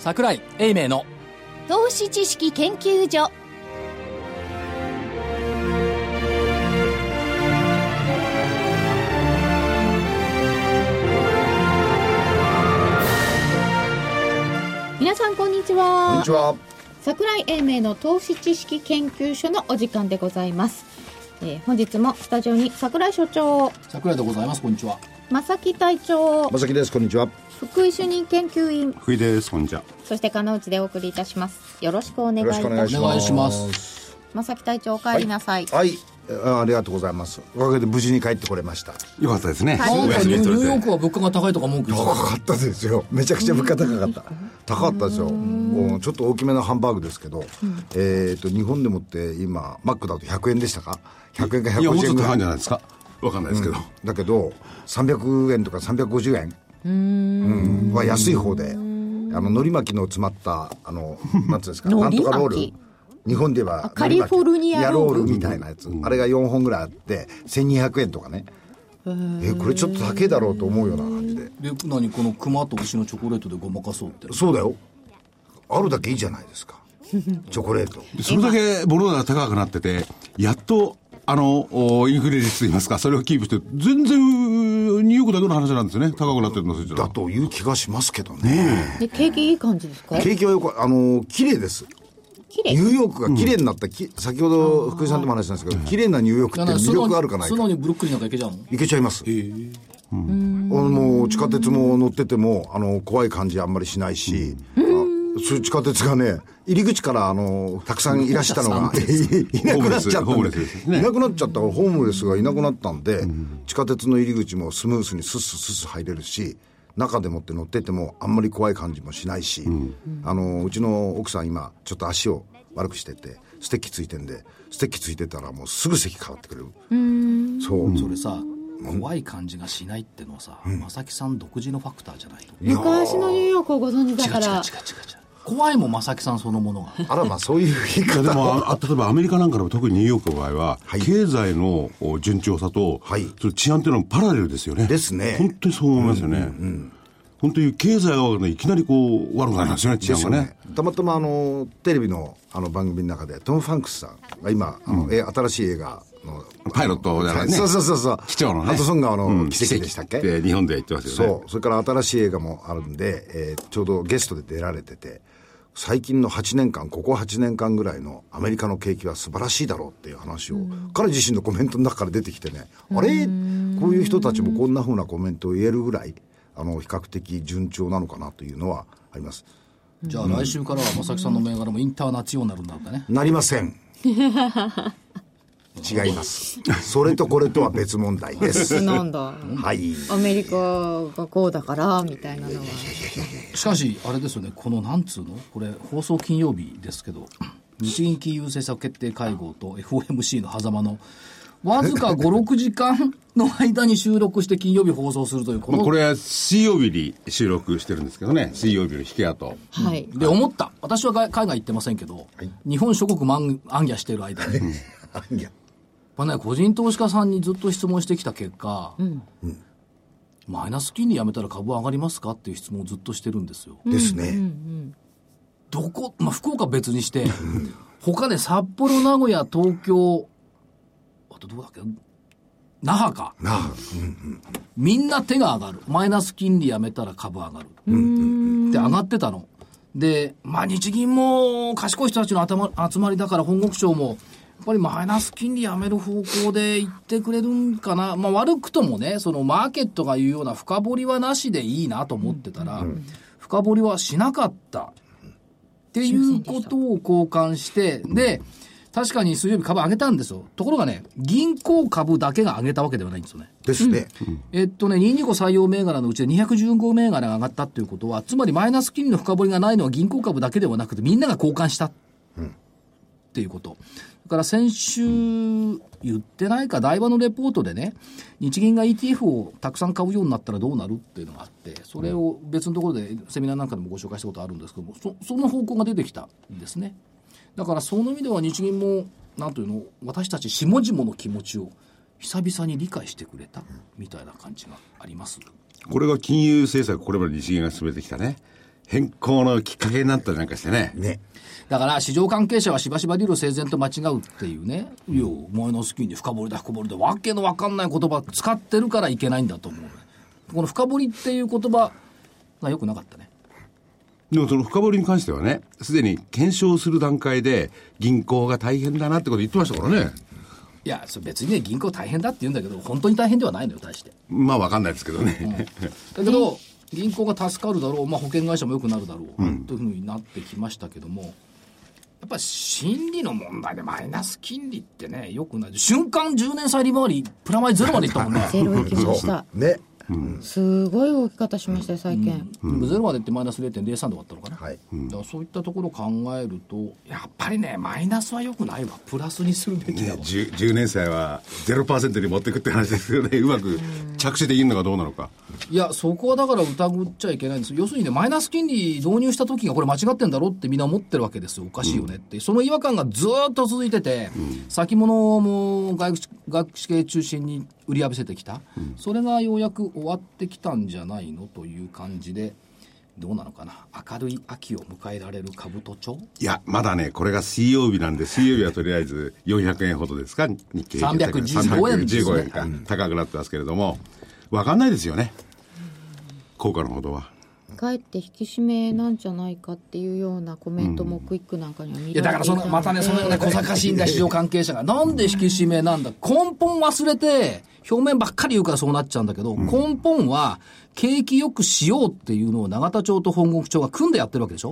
櫻井英明の投資知識研究所。 皆さんこんにちは。 こんにちは。 櫻井英明の投資知識研究所のお時間でございます。本日もスタジオに櫻井所長、 櫻井でございます。こんにちは。 正木隊長、 正木です。こんにちは。 福井主任研究員、 福井です。こんにちは。 そして金内でお送りいたします。よろしくお願いいたします。 お願いします。 正木隊長、お帰りなさい。 はい、ありがとうございます。おかげで無事に帰ってこれました。 よかったですね。 はいなんかニュお休み取れてーヨークは物価が高いとか文句言って高かったですよ。めちゃくちゃ物価高かった。高かったですよ。もうちょっと大きめのハンバーグですけど、日本でもって今マックだと100円でしたか。100円かいや、もう 150 ちょっと高いん円ぐらいじゃないですか。わかんないですけど。 だけど300円とか350円は安い方で、海苔巻きの詰まったなんていうんですか、なんとかロール、日本ではカリフォルニアロールみたいなやつ、あれが4本ぐらいあって1200円とかね。これちょっと高いだろうと思うような感じで。 で、何この熊と牛のチョコレートでごまかそうって。 そうだよ。あるだけいいじゃないですか。チョコレート。 それだけ物が高くなってて、やっと、インフレ率といいますか、それをキープして、全然、ニューヨークだけの話なんですよね。高くなってるの、そっちだという気がしますけどね。 で、景気いい感じですか？ 景気はよく、綺麗です。 綺麗。 ニューヨークが綺麗になった、先ほど福井さんとも話したんですけど、綺麗なニューヨークって魅力あるかないか。 素直にブルックリンなんか行けちゃうの？ 行けちゃいます。もう地下鉄も乗ってても怖い感じあんまりしないし、そういう地下鉄がね、入り口からたくさんいらしたのがいなくなっちゃったんで、いなくなっちゃったからホームレスがいなくなったんで、地下鉄の入り口もスムースにスッスッ入れるし、中でもって乗っててもあんまり怖い感じもしないし、うちの奥さん今ちょっと足を悪くしててステッキついてんで、ステッキついてたらもうすぐ席変わってくれる。 それさ、怖い感じがしないってのはさ、正木さん独自のファクターじゃないの？ 昔のニューヨークをご存知だから。 違う。怖いもん、正木さんそのものが。 あら、まあそういう言い方。 でも例えばアメリカなんかでも特にニューヨークの場合は、経済の順調さと、それ治安っていうのはパラレルですよね。 ですね。 本当にそう思いますよね。本当に経済が悪くなるといきなりこう悪くなりますよね、治安がね。 たまたまテレビの番組の中でトム・ファンクスさんが今新しい映画のパイロットじゃないね。 そう機長のね。 ハドソン川の奇跡でしたっけ？ って日本では言ってますよね。 そう。それから新しい映画もあるんで、ちょうどゲストで出られてて、最近の8年間、ここ8年間ぐらいのアメリカの景気は素晴らしいだろうっていう話を、彼自身のコメントの中から出てきてね、あれこういう人たちもこんな風なコメントを言えるぐらい、比較的順調なのかなというのはあります。 じゃあ来週からは正木さんの銘柄もインターナチオナルになるんだね。 なりません。違います。それとこれとは別問題です。 なんだ。 はい。 アメリカがこうだからみたいなのは。 しかしあれですよね、このなんつうの、これ放送金曜日ですけど、日銀金融政策決定会合と FOMC の狭間のわずか 5,6 時間の間に収録して金曜日放送するという、 これは水曜日に収録してるんですけどね、水曜日の引け跡。 はい。 で、思った。私は海外行ってませんけど、日本諸国も行脚している間に。個人投資家さんにずっと質問してきた結果、マイナス金利やめたら株上がりますかっていう質問をずっとしてるんですよ。 ですね。 福岡別にして、他で札幌、名古屋、東京、あとどうだっけ、那覇か。みんな手が上がる。マイナス金利やめたら株上がる。って上がってたの。で、日銀も賢い人たちの集まりだから本国庁も、やっぱりマイナス金利やめる方向で言ってくれるんかな。悪くともね、そのマーケットが言うような深掘りはなしでいいなと思ってたら、深掘りはしなかったっていうことを交換して、で、確かに水曜日株上げたんですよ。ところがね、銀行株だけが上げたわけではないんですよね。 ですね。 225採用銘柄のうちで215銘柄が上がったということは、つまりマイナス金利の深掘りがないのは銀行株だけではなくて、みんなが交換したっていうこと。だから先週言ってないか、台場のレポートでね、日銀が ETF をたくさん買うようになったらどうなるっていうのがあって、それを別のところでセミナーなんかでもご紹介したことあるんですけども、その方向が出てきたんですね。だからその意味では日銀もなんというの、私たち下々の気持ちを久々に理解してくれたみたいな感じがあります。 これが金融政策、これまで日銀が進めてきたね、 変更のきっかけになったりなんかしてね。 ね。 だから市場関係者はしばしば理路整然と間違うっていうね、いやマイナス金利深掘りだ深掘りでわけのわかんない言葉使ってるからいけないんだと思う。この深掘りっていう言葉が良くなかったね。 でもその深掘りに関してはね、すでに検証する段階で銀行が大変だなってこと言ってましたからね。 いやそれ別にね銀行大変だって言うんだけど本当に大変ではないのよ大して。 まあわかんないですけどね。 だけど銀行が助かるだろう、保険会社も良くなるだろう、というふうになってきましたけども、やっぱり心理の問題でマイナス金利ってね良くない。瞬間10年債利回りプラマイゼロまでいったもんね。 ゼロいきましたね。 すごい動き方しましたよ最近、 ゼロまでってマイナス 0.03 で終わったのかな、 はい。 だからそういったところを考えるとやっぱりねマイナスは良くないわ、プラスにするべきだわ、 10年債は 0% に持っていくって話ですよね。うまく着手できるのかどうなのか。 いやそこはだから疑っちゃいけないんです。要するにねマイナス金利導入した時がこれ間違ってんだろってみんな思ってるわけですよ。おかしいよねって、その違和感がずっと続いてて、先物も外資系中心に売り浴びせてきた、それがようやく終わってきたんじゃないのという感じで、どうなのかな、明るい秋を迎えられる株都庁。 いやまだねこれが水曜日なんで、水曜日はとりあえず400円ほどですか、日経平均 315円ですね、 315円か、高くなってますけれども、分かんないですよね効果のほどは。 かえって引き締めなんじゃないかっていうようなコメントもクイックなんかには見られていたので、 いやだからそのまたねそのような小賢しいんだ市場関係者がなんで引き締めなんだ、根本忘れて表面ばっかり言うからそうなっちゃうんだけど、根本は景気よくしようっていうのを永田町と本国庁が組んでやってるわけでしょ、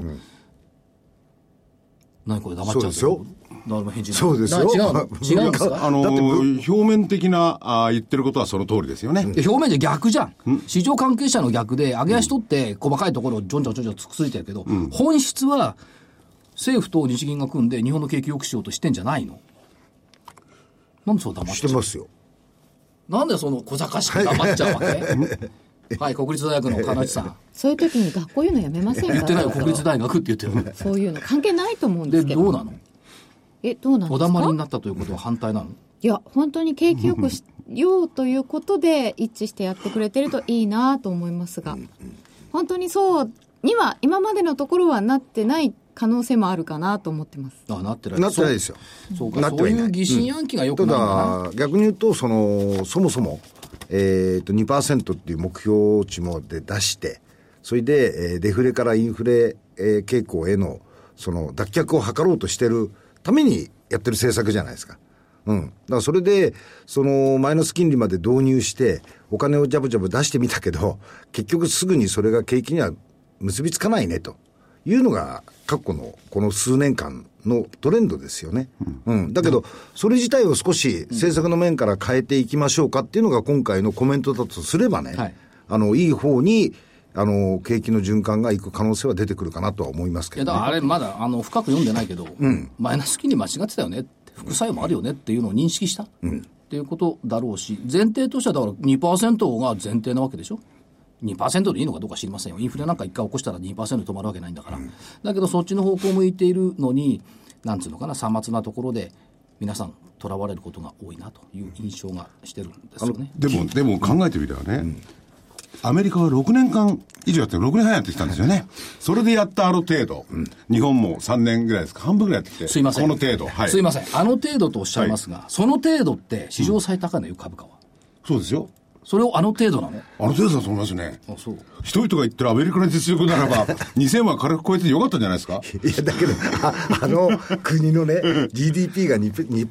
何これ黙っちゃう。 そうですよ。 誰も返事ない。 そうですよ。 違うんですか。 表面的な言ってることはその通りですよね。 表面じゃ逆じゃん。市場関係者の逆で上げ足取って細かいところをちょんちょんつくついてるけど、本質は政府と日銀が組んで日本の景気よくしようとしてんじゃないの。なんでそう黙っちゃう。 してますよ。 なんでその小賢しく黙っちゃうわけはい、国立大学の金内さん。 そういう時に学校言うのやめませんか。 言ってないよ、国立大学って言ってるの。 そういうの関係ないと思うんですけど。 でどうなの。 どうなんですか。 お黙りになったということは反対なの。 いや本当に景気よくしようということで一致してやってくれてるといいなと思いますが、本当にそうには今までのところはなってない可能性もあるかなと思ってます。 なってない。 なってないですよ。 そうか、そういう疑心暗鬼がよくないんだな。 ただ逆に言うとそもそも、2% っていう目標値も出してそれで、デフレからインフレ、傾向へのその脱却を図ろうとしてるためにやってる政策じゃないですか。だからそれでそのマイナス金利まで導入してお金をジャブジャブ出してみたけど結局すぐにそれが景気には結びつかないねというのが過去のこの数年間のトレンドですよね。だけどそれ自体を少し政策の面から変えていきましょうかっていうのが今回のコメントだとすればね、いい方に景気の循環がいく可能性は出てくるかなとは思いますけど、ね、 いやだからあれまだ深く読んでないけど、マイナス金利間違ってたよねって副作用もあるよねっていうのを認識した、っていうことだろうし、前提としてはだから 2% が前提なわけでしょ。2% でいいのかどうか知りませんよ。インフレなんか一回起こしたら 2% で止まるわけないんだから、だけどそっちの方向を向いているのになんつうのかな、さまつなところで皆さんとらわれることが多いなという印象がしてるんですよね。 でも考えてみればね、アメリカは6年間以上やって6年半やってきたんですよね。それでやった程度、日本も3年ぐらいですか、半分ぐらいやってきて、 すいません、 この程度、 すいません、程度とおっしゃいますが、その程度って史上最高値よ、株価は。 そうですよ。 それを程度なの。 程度だと思いますね。 そう。 人々が言ってるアメリカの実力ならば2000万軽く超えてよかったんじゃないですか。 いやだけど国のねGDP が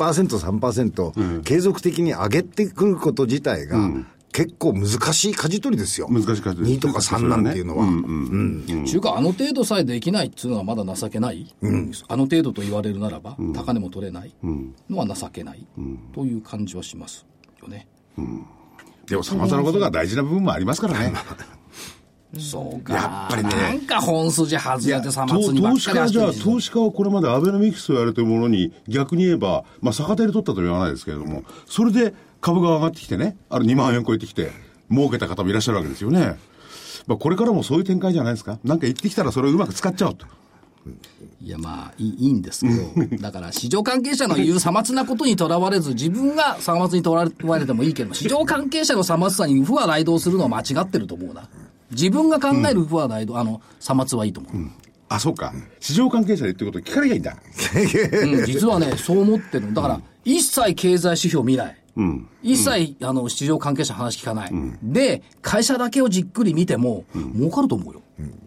2%、3%、継続的に上げてくること自体が、結構難しい舵取りですよ。 難しい舵取り。 2とか3なんていうのは。 ちゅうか程度さえできないっていうのはまだ情けない。程度と言われるならば、高値も取れないのは情けない、という感じはしますよね。 でも様々なことが大事な部分もありますからね。 そうか。 やっぱりね。 なんか本筋外れてさまつにばっかり走ってる。 投資家はこれまでアベノミクスと言われているものに逆に言えば、逆手に取ったとは言わないですけれども、それで株が上がってきてね、2万円超えてきて儲けた方もいらっしゃるわけですよね。これからもそういう展開じゃないですか。なんか言ってきたらそれをうまく使っちゃおうと。 いやいいんですけど、だから市場関係者の言うさまつなことにとらわれず、自分がさまつにとらわれてもいいけど、市場関係者のさまつさに不は雷動するのは間違ってると思うな。 自分が考える不はないと、さまつはいいと思う。 あ、そうか。市場関係者でってこと聞かなきゃいいんだ。 実はね、そう思ってるの。だから、一切経済指標見ない。一切、市場関係者話聞かない。で、会社だけをじっくり見ても、儲かると思うよ。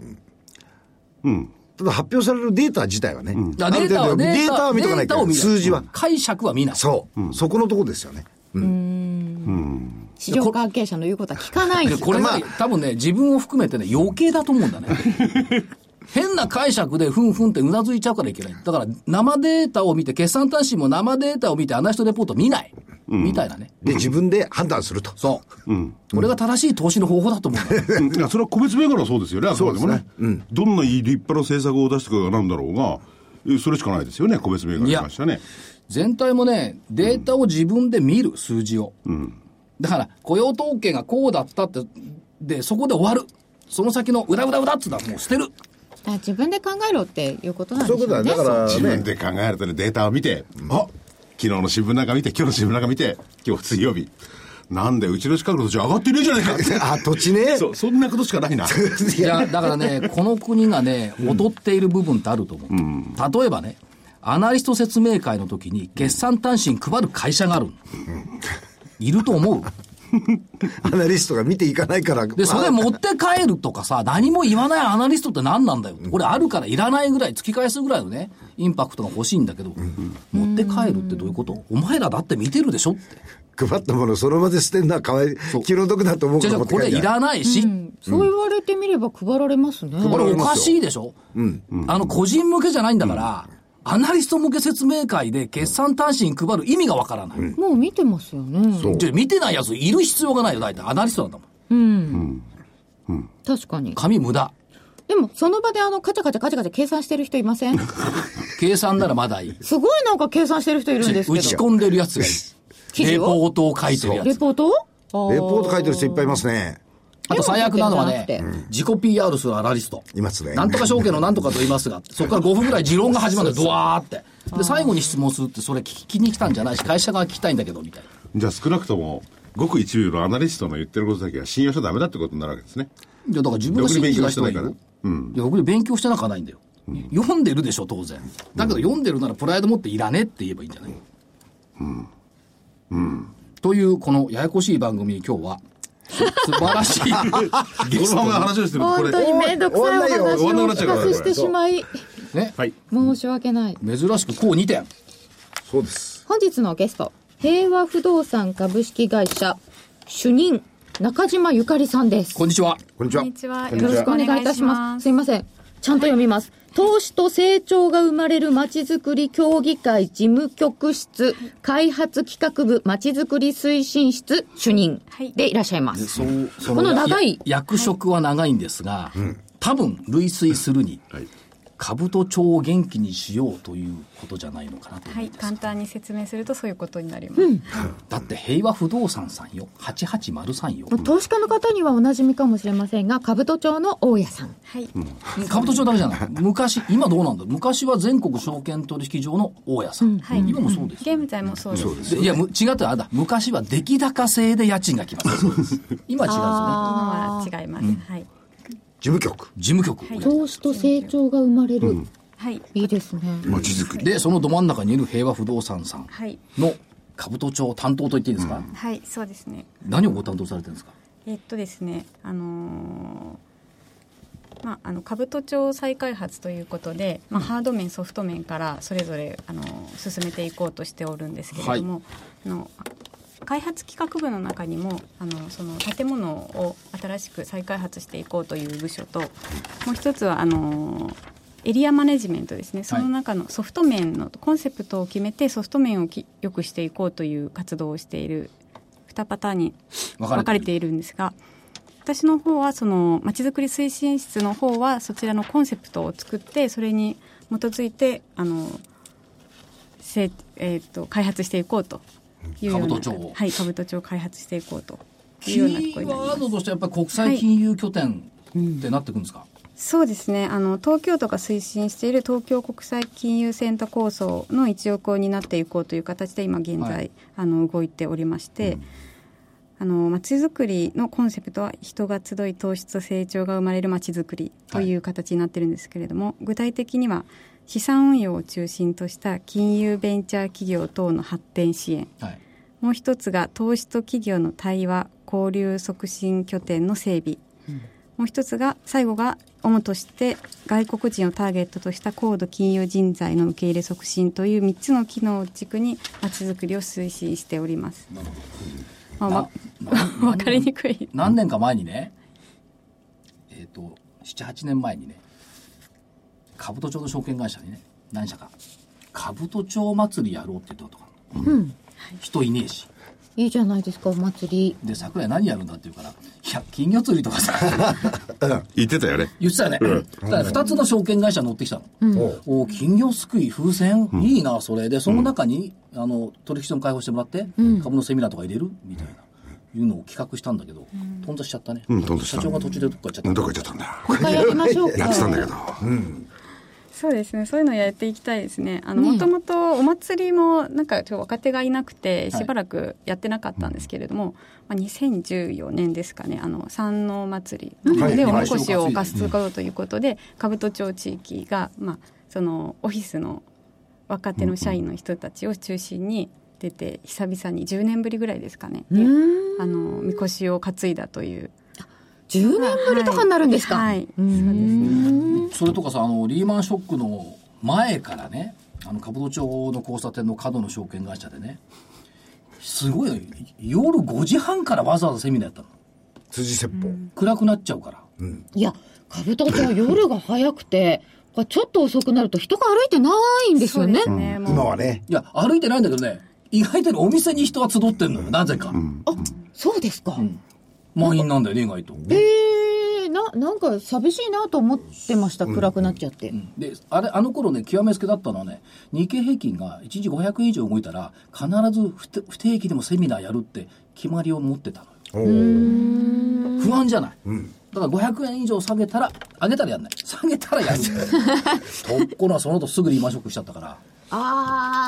ただ発表されるデータ自体はね。 データは見とかないと。数字は。 解釈は見ない。 そう。そこのとこですよね。 市場関係者の言うことは聞かないんですよ。 これが、多分ね、自分を含めてね、余計だと思うんだね。変な解釈でふんふんってうなずいちゃうからいけない。だから生データを見て、決算単身も生データを見て、アナリストレポート見ない。みたいなね。 で、自分で判断すると。 そう。これが正しい投資の方法だと思うんだ。 いや、それは個別銘柄はそうですよね、あくまでもね。どんな立派な政策を出してくるかなんだろうが、それしかないですよね、個別銘柄に関してはね。 全体もね、データを自分で見る、数字を。だから、雇用統計がこうだったって、で、そこで終わる。その先の裏って言ったらもう捨てる。 自分で考えろっていうことなんですよね。 そういうことだ。だから、 自分で考えるとね、データを見て、昨日の新聞なんか見て、今日の新聞なんか見て、今日水曜日。なんで、うちの近くの土地上がってねえじゃないか。 土地ね。 そんなことしかないな。 いや、だからね、この国がね、劣っている部分ってあると思う。例えばね、アナリスト説明会の時に、決算単身配る会社がある。いると思う。 アナリストが見ていかないから。 で、それ持って帰るとかさ、何も言わないアナリストって何なんだよ。これあるからいらないぐらい、突き返すぐらいのね、インパクトが欲しいんだけど、持って帰るってどういうこと？お前らだって見てるでしょって。 配ったものその場で捨てるのは気の毒だと思うから持って帰る。 これいらないし、 そう言われてみれば配られますね。 これおかしいでしょ。個人向けじゃないんだから、アナリスト向け説明会で決算単身配る意味がわからない。 もう見てますよね。 じゃ見てないやついる必要がないよ、大体。アナリストなんだもん。 確かに。 紙無駄。 でも、その場でカチャカチャ計算してる人いません？ 計算ならまだいい。 すごいなんか計算してる人いるんですけど。 打ち込んでるやつがいい。レポートを書いてるやつ。 レポート書いてる人いっぱいいますね。 あと最悪なのはね、自己 PR するアナリスト。 いますね。 なんとか証券のなんとかと言いますが、そこから5分ぐらい持論が始まるんだよ、ドワーって。で、最後に質問するって、それ聞きに来たんじゃないし、会社が聞きたいんだけど、みたいな。 じゃあ少なくとも、ごく一部のアナリストの言ってることだけは信用しちゃダメだってことになるわけですね。 いや、だから自分が信じた人がいるよ。いや、僕に勉強してなくはないんだよ。読んでるでしょ、当然。だけど読んでるならプライド持っていらねって言えばいいんじゃない？という、このややこしい番組に今日は、素晴らしいゲストこのまま話をしてるとこれ本当にめんどくさいお話をお聞かせしてしまい、 ね、 申し訳ない。 珍しくこう2点。 そうです。 本日のゲスト、平和不動産株式会社主任中島ゆかりさんです。 こんにちは。 こんにちは。 こんにちは。 よろしくお願いいたします。すいません、ちゃんと読みます。投資と成長が生まれるまちづくり協議会事務局室開発企画部まちづくり推進室主任でいらっしゃいます。この長い役職は長いんですが、多分類推するに、株と帳を元気にしようということじゃないのかなと思います。 簡単に説明するとそういうことになります。 だって平和不動産さんよ、8803よ。 投資家の方にはおなじみかもしれませんが、株と帳の大家さん。 株と帳だけじゃない。昔、今どうなんだ。昔は全国証券取引所の大家さん。今もそうです。 現在もそうです。 いや、違ってあれだ。昔は出来高制で家賃が来ます。今は違うんですね。 今は違います。 事務局。 投資と成長が生まれる。いいですね。 街づくり。 で、そのど真ん中にいる平和不動産さんの株と帳担当と言っていいですか？ はい、そうですね。 何をご担当されてるんですか？ ですね、株と帳再開発ということで、ハード面ソフト面からそれぞれ進めていこうとしておるんですけれども、開発企画部の中にもその建物を新しく再開発していこうという部署と、もう一つはエリアマネジメントですね。その中のソフト面のコンセプトを決めてソフト面を良くしていこうという活動をしている2パターンに分かれているんですが、私の方はそのまちづくり推進室の方はそちらのコンセプトを作って、それに基づいて開発していこうというような、 株と帳を、 株と帳を開発していこうというようなところになります。 キーワードとしてやっぱり国際金融拠点ってなってくるんですか？ そうですね。東京都が推進している東京国際金融センター構想の一翼を担っていこうという形で今現在、動いておりまして、 まちづくりのコンセプトは人が集い投資と成長が生まれるまちづくりという形になってるんですけれども、具体的には資産運用を中心とした金融ベンチャー企業等の発展支援、もう一つが投資と企業の対話交流促進拠点の整備、もう一つが最後が主として外国人をターゲットとした高度金融人材の受け入れ促進という3つの機能を軸にまちづくりを推進しております。分かりにくい。 何年か前にね、7、8年前にね、兜町の証券会社にね、何社か兜町祭りやろうって言ったことがある、人いねえし、 いいじゃないですか、お祭りで。 桜井何やるんだって言うから、いや金魚釣りとかさ言ってたよね。 言ってたよね、2つの証券会社乗ってきたの、お金魚すくい風船、いいなそれで、その中に、取引所も開放してもらって、株のセミナーとか入れるみたいないうのを企画したんだけど、頓挫しちゃったね、社長が途中でどっか行っちゃった。 どっか行っちゃったんだ。 他やりましょうか。 やってたんだけど、 そうですね、そういうのをやっていきたいですね。もともとお祭りもなんかちょっと若手がいなくてしばらくやってなかったんですけれども、2014年ですかね、山王祭りでおみこしを貸すということで、兜町地域が、そのオフィスの若手の社員の人たちを中心に出て、久々に10年ぶりぐらいですかね、みこしを担いだという。 10年ぶりとかになるんですか。 はい、そうですね。 それとかさ、リーマンショックの前からね、兜町の交差点の角の証券会社でね、すごい夜5時半からわざわざセミナーやったの。 辻説法、 暗くなっちゃうから、 いや兜町夜が早くてちょっと遅くなると人が歩いてないんですよね。 今はね。 いや歩いてないんだけどね、意外とお店に人が集ってんのよ、なぜか、 あ、そうですか、 満員なんだよね、意外と。 なんか寂しいなと思ってました、暗くなっちゃって、 であの頃ね、極めつけだったのはね、日経平均が1日500円以上動いたら必ず不定期でもセミナーやるって決まりを持ってたのよ。不安じゃない、だから500円以上下げたら、上げたらやんない、下げたらやるところがその後すぐリーマンショックしちゃったから、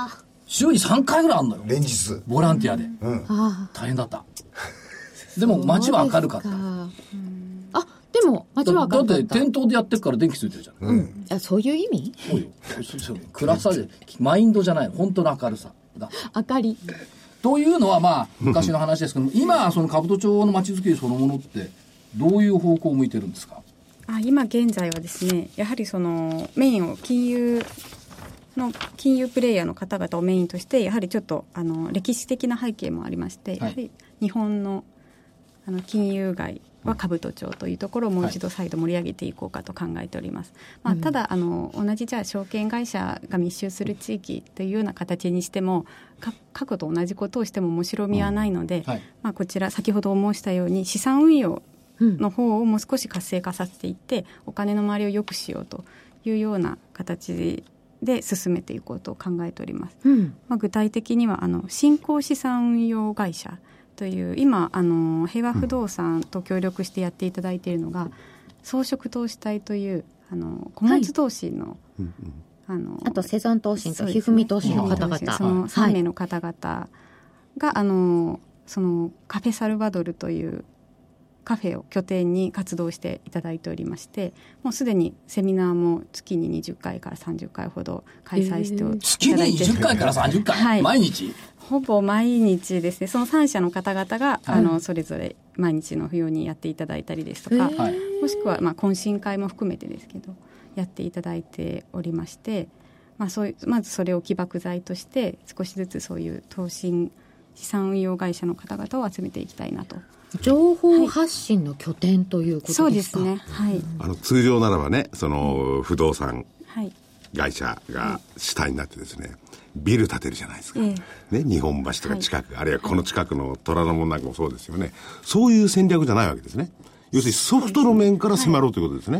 週に3回ぐらいあんのよ、 連日ボランティアで、大変だった。でも街は明るかった。 でも街は明るかった。 だって店頭でやってるから電気ついてるじゃん、 そういう意味。 そうよ、暗さでマインドじゃないの、本当の明るさだ、 明かりというのは昔の話ですけど今その兜町の街づくりそのものってどういう方向を向いてるんですか。 今現在はですね、やはりそのメインを金融プレイヤーの方々をメインとして、やはりちょっと歴史的な背景もありまして、やはり日本の金融街は兜町というところをもう一度再度盛り上げていこうかと考えております。ただ同じじゃあ証券会社が密集する地域というような形にしても、過去と同じことをしても面白みはないので、こちら先ほど申したように資産運用の方をもう少し活性化させていって、お金の周りを良くしようというような形で進めていこうと考えております。具体的には新興資産運用会社という、今平和不動産と協力してやっていただいているのが、装飾投資隊という小松投資の、 あとセザン投資とひふみ投資の方々、 その3名の方々が、そのカフェサルバドルというカフェを拠点に活動していただいておりまして、もうすでにセミナーも月に20回から30回ほど開催していただいて、 月に20回から30回、毎日ほぼ毎日ですね。その3社の方々が、それぞれ毎日のようにやっていただいたりですとか、もしくは懇親会も含めてですけどやっていただいておりまして、まずそれを起爆剤として少しずつそういう資産運用会社の方々を集めていきたいなと。 情報発信の拠点ということですか。 そうですね、 通常ならばね、その不動産会社が主体になってですね、ビル建てるじゃないですか、日本橋とか近く、あるいはこの近くの虎ノ門なんかもそうですよね。そういう戦略じゃないわけですね。要するにソフトの面から迫ろうということですね。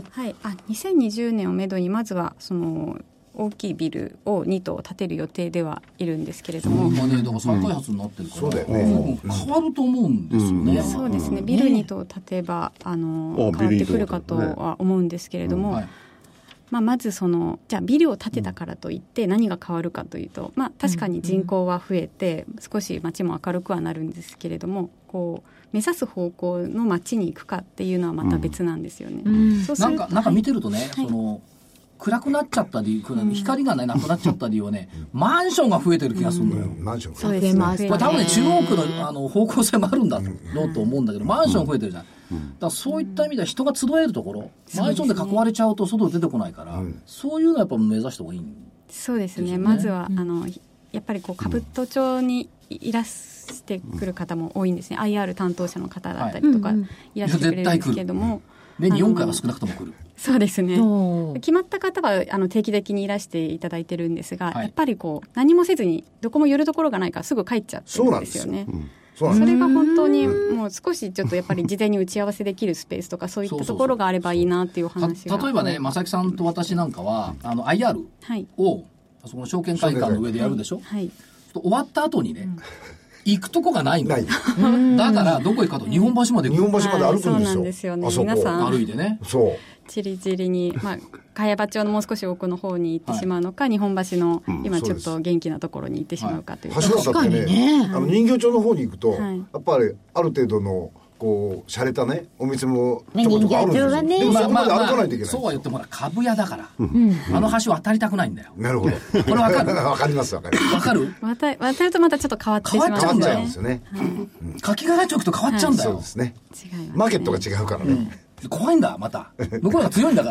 2020年をめどにまずはその大きいビルを2棟建てる予定ではいるんですけれども、 今ね、だから再開発になってるから、変わると思うんですよね。 そうですね、ビル2棟建てば変わってくるかとは思うんですけれども、まずじゃあビルを建てたからといって何が変わるかというと、確かに人口は増えて少し街も明るくはなるんですけれども、 目指す方向の街に行くかっていうのはまた別なんですよね、そうするとなんか見てるとね、その暗くなっちゃったり、光がねなくなっちゃった理由はね、マンションが増えてる気がするんだよ、 マンション増えますね。 多分ね中央区の方向性もあるんだろうと思うんだけど、マンション増えてるじゃん、だからそういった意味では人が集えるところ、マンションで囲われちゃうと外出てこないから、そういうのはやっぱ目指した方がいいんですよね。 そうですね、まずはやっぱりこう兜町にいらしてくる方も多いんですね、IR 担当者の方だったりとかいらしてくれるんですけれども、 年に4回は少なくとも来る。 そうですね、決まった方は定期的にいらしていただいてるんですが、やっぱりこう何もせずにどこも寄るところがないからすぐ帰っちゃってるんですよね。それが本当にもう少しちょっとやっぱり事前に打ち合わせできるスペースとかそういったところがあればいいなっていう話が。 例えばね、正木さんと私なんかはIR をその証券会館の上でやるでしょ、終わった後にね、行くとこがないんだよ。だからどこ行くかと日本橋まで日本橋まで歩くんですよ。 そうなんですよね。 あそこ皆さん歩いてね。 そう。 チリチリに茅場町のもう少し奥の方に行ってしまうのか、日本橋の今ちょっと元気なところに行ってしまうかという。 橋渡ってね、人形町の方に行くと、やっぱりある程度のこう洒落たねお店もちょこちょこあるんですよ。でもそこまで歩かないといけない。 そうは言っても株屋だから、あの橋渡りたくないんだよ。 なるほど。 これわかる？ わかりますわかります。 わかる？ 渡るとまたちょっと変わってしまうん変わっちゃうんですよね。 柿ヶ谷町と変わっちゃうんだよ。 そうですね。 違いますね。 マーケットが違うからね。 怖いんだまた。向こうが強いんだから。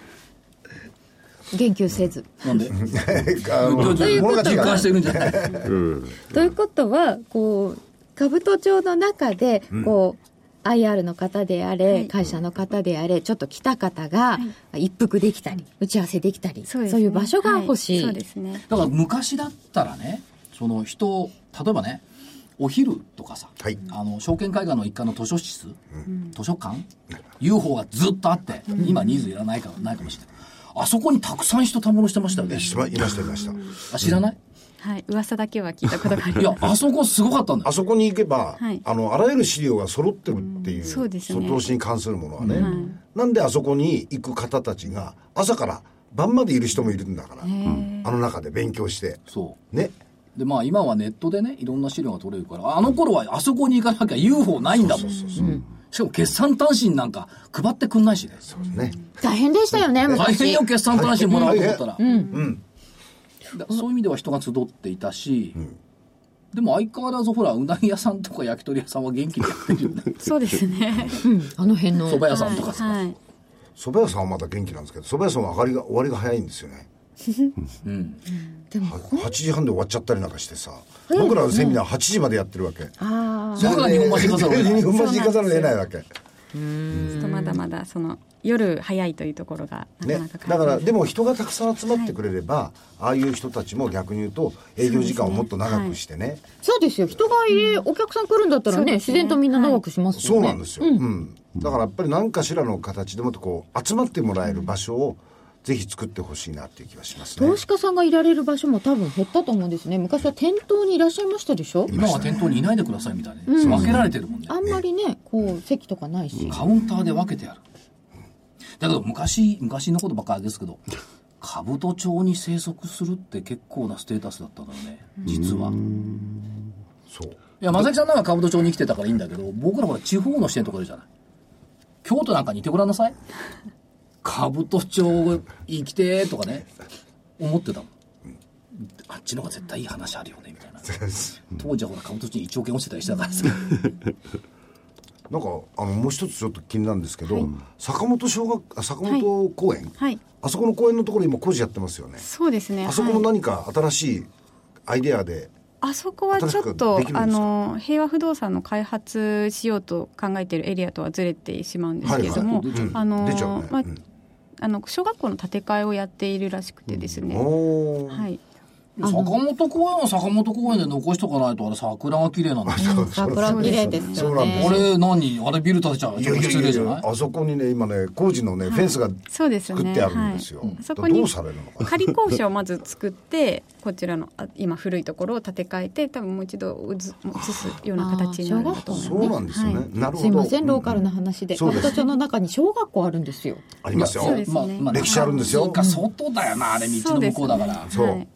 言及せず。 なんで？ 物が実感してるんじゃない？ ということはこう兜町の中でこう、IR の方であれ、会社の方であれちょっと来た方が一服できたり、打ち合わせできたり、そういう場所が欲しい。 そうですね。 だから昔だったらね、その人例えばね、お昼とかさ、証券会館の一階の図書室、図書館 UFO がずっとあって、今ニーズいらないかもしれない。あそこにたくさん人たむろしてましたよね。 いました。 知らない？ はい、噂だけは聞いたことがあります。 いや、あそこすごかったんだよ。 あそこに行けば、あらゆる資料が揃ってるっていう、 そうですね、 投資に関するものはね、なんであそこに行く方たちが朝から晩までいる人もいるんだから、あの中で勉強してそうね。 で今はネットでねいろんな資料が取れるから、あの頃はあそこに行かなきゃ UFO ないんだもん。しかも決算単身なんか配ってくんないしね。 そうですね。 大変でしたよね。 大変よ決算単身もらおうと思ったら。そういう意味では人が集っていたし、でも相変わらずほらうなぎ屋さんとか焼き鳥屋さんは元気でやってるよね。 そうですね。 あの辺の蕎麦屋さんとかさ、 蕎麦屋さんはまだ元気なんですけど、蕎麦屋さんは終わりが早いんですよね。でも8時半で終わっちゃったりなんかしてさ、僕らのセミナー8時までやってるわけ。 だから日本橋行かざるを得ない。 日本橋行かざるを得ないわけ。 まだまだその夜早いというところがなかなかだからでも人がたくさん集まってくれれば、ああいう人たちも逆に言うと営業時間をもっと長くしてね。 そうですよ。人がお客さん来るんだったらね、自然とみんな長くしますよね。 そうなんですよ。だからやっぱり何かしらの形でもっとこう集まってもらえる場所をぜひ作ってほしいなっていう気がしますね。 投資家さんがいられる場所も多分減ったと思うんですね。昔は店頭にいらっしゃいましたでしょ。 今は店頭にいないでくださいみたいな、分けられてるもんね。 あんまりねこう席とかないし、 カウンターで分けてある。だけど昔のことばっかりですけど、兜町に生息するって結構なステータスだったんだよね実は。 そう。 いや正木さんなんか兜町に来てたからいいんだけど、僕らほら地方の支店とかいるじゃない。京都なんかにいてごらんなさい。兜町行きてとかね思ってたもん。あっちの方が絶対いい話あるよねみたいな。当時はほら兜町に1億円落ちてたりしてたからさ。 なんかもう一つちょっと気になるんですけど、坂本公園、あそこの公園のところ今工事やってますよね。 そうですね。 あそこも何か新しいアイデアで、 あそこはちょっと平和不動産の開発しようと考えているエリアとはずれてしまうんですけれども、 出ちゃうね。 小学校の建て替えをやっているらしくてですね、 坂本公園は坂本公園で残しとかないと、あれ桜が綺麗なんですよ。 桜綺麗ですよね。 あれビル建てちゃう失礼じゃない？ あそこにね今ね工事のねフェンスが作ってあるんですよ。 そこにどうされるのかな。 仮校舎をまず作ってこちらの今古いところを建て替えて、多分もう一度移すような形になるんだと思います。 そうなんですよね。なるほど。 すいませんローカルな話で、兜町の中に小学校あるんですよ。 ありますよ。歴史あるんですよ。 外だよなあれ、道の向こうだから。 そう。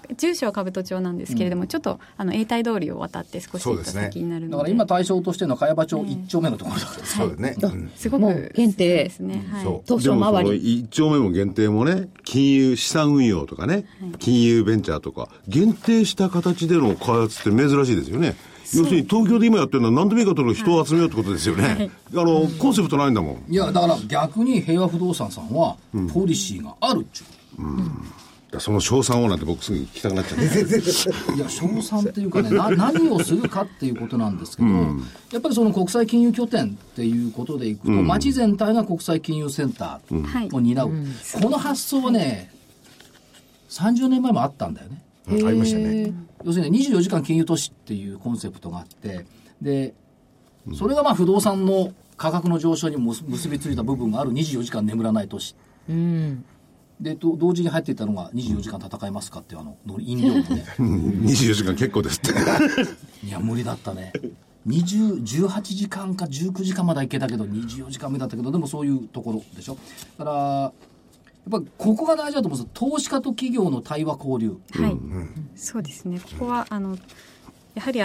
住所は兜町なんですけれども、ちょっと永代通りを渡って少し行った先になるので、 だから今対象としての茅場町1丁目のところだから、 そうだね、 すごく限定ですね、はい、 東証周り 1丁目も限定もね、金融資産運用とかね、金融ベンチャーとか限定した形での開発って珍しいですよね。要するに東京で今やってるのは何でもいいかと人を集めようってことですよね、コンセプトないんだもん。 いやだから逆に平和不動産さんはポリシーがあるっちゅう、 その賞賛をなんて僕すぐ聞きたくなっちゃういや賞賛っていうかね何をするかっていうことなんですけど、やっぱりその国際金融拠点っていうことでいくと、街全体が国際金融センターを担う、この発想はね30年前もあったんだよね。 ありましたね。 要するに24時間金融都市っていうコンセプトがあって、でそれが不動産の価格の上昇にも結びついた部分がある24時間眠らない都市、で同時に入っていたのが24時間戦いますかっていう飲料のね 24時間結構ですっていや無理だったね。18時間か19時間まではいけたけど24時間目だったけど、でもそういうところでしょ。だからやっぱりここが大事だと思うんです。投資家と企業の対話交流、 はい、そうですね。ここはやはり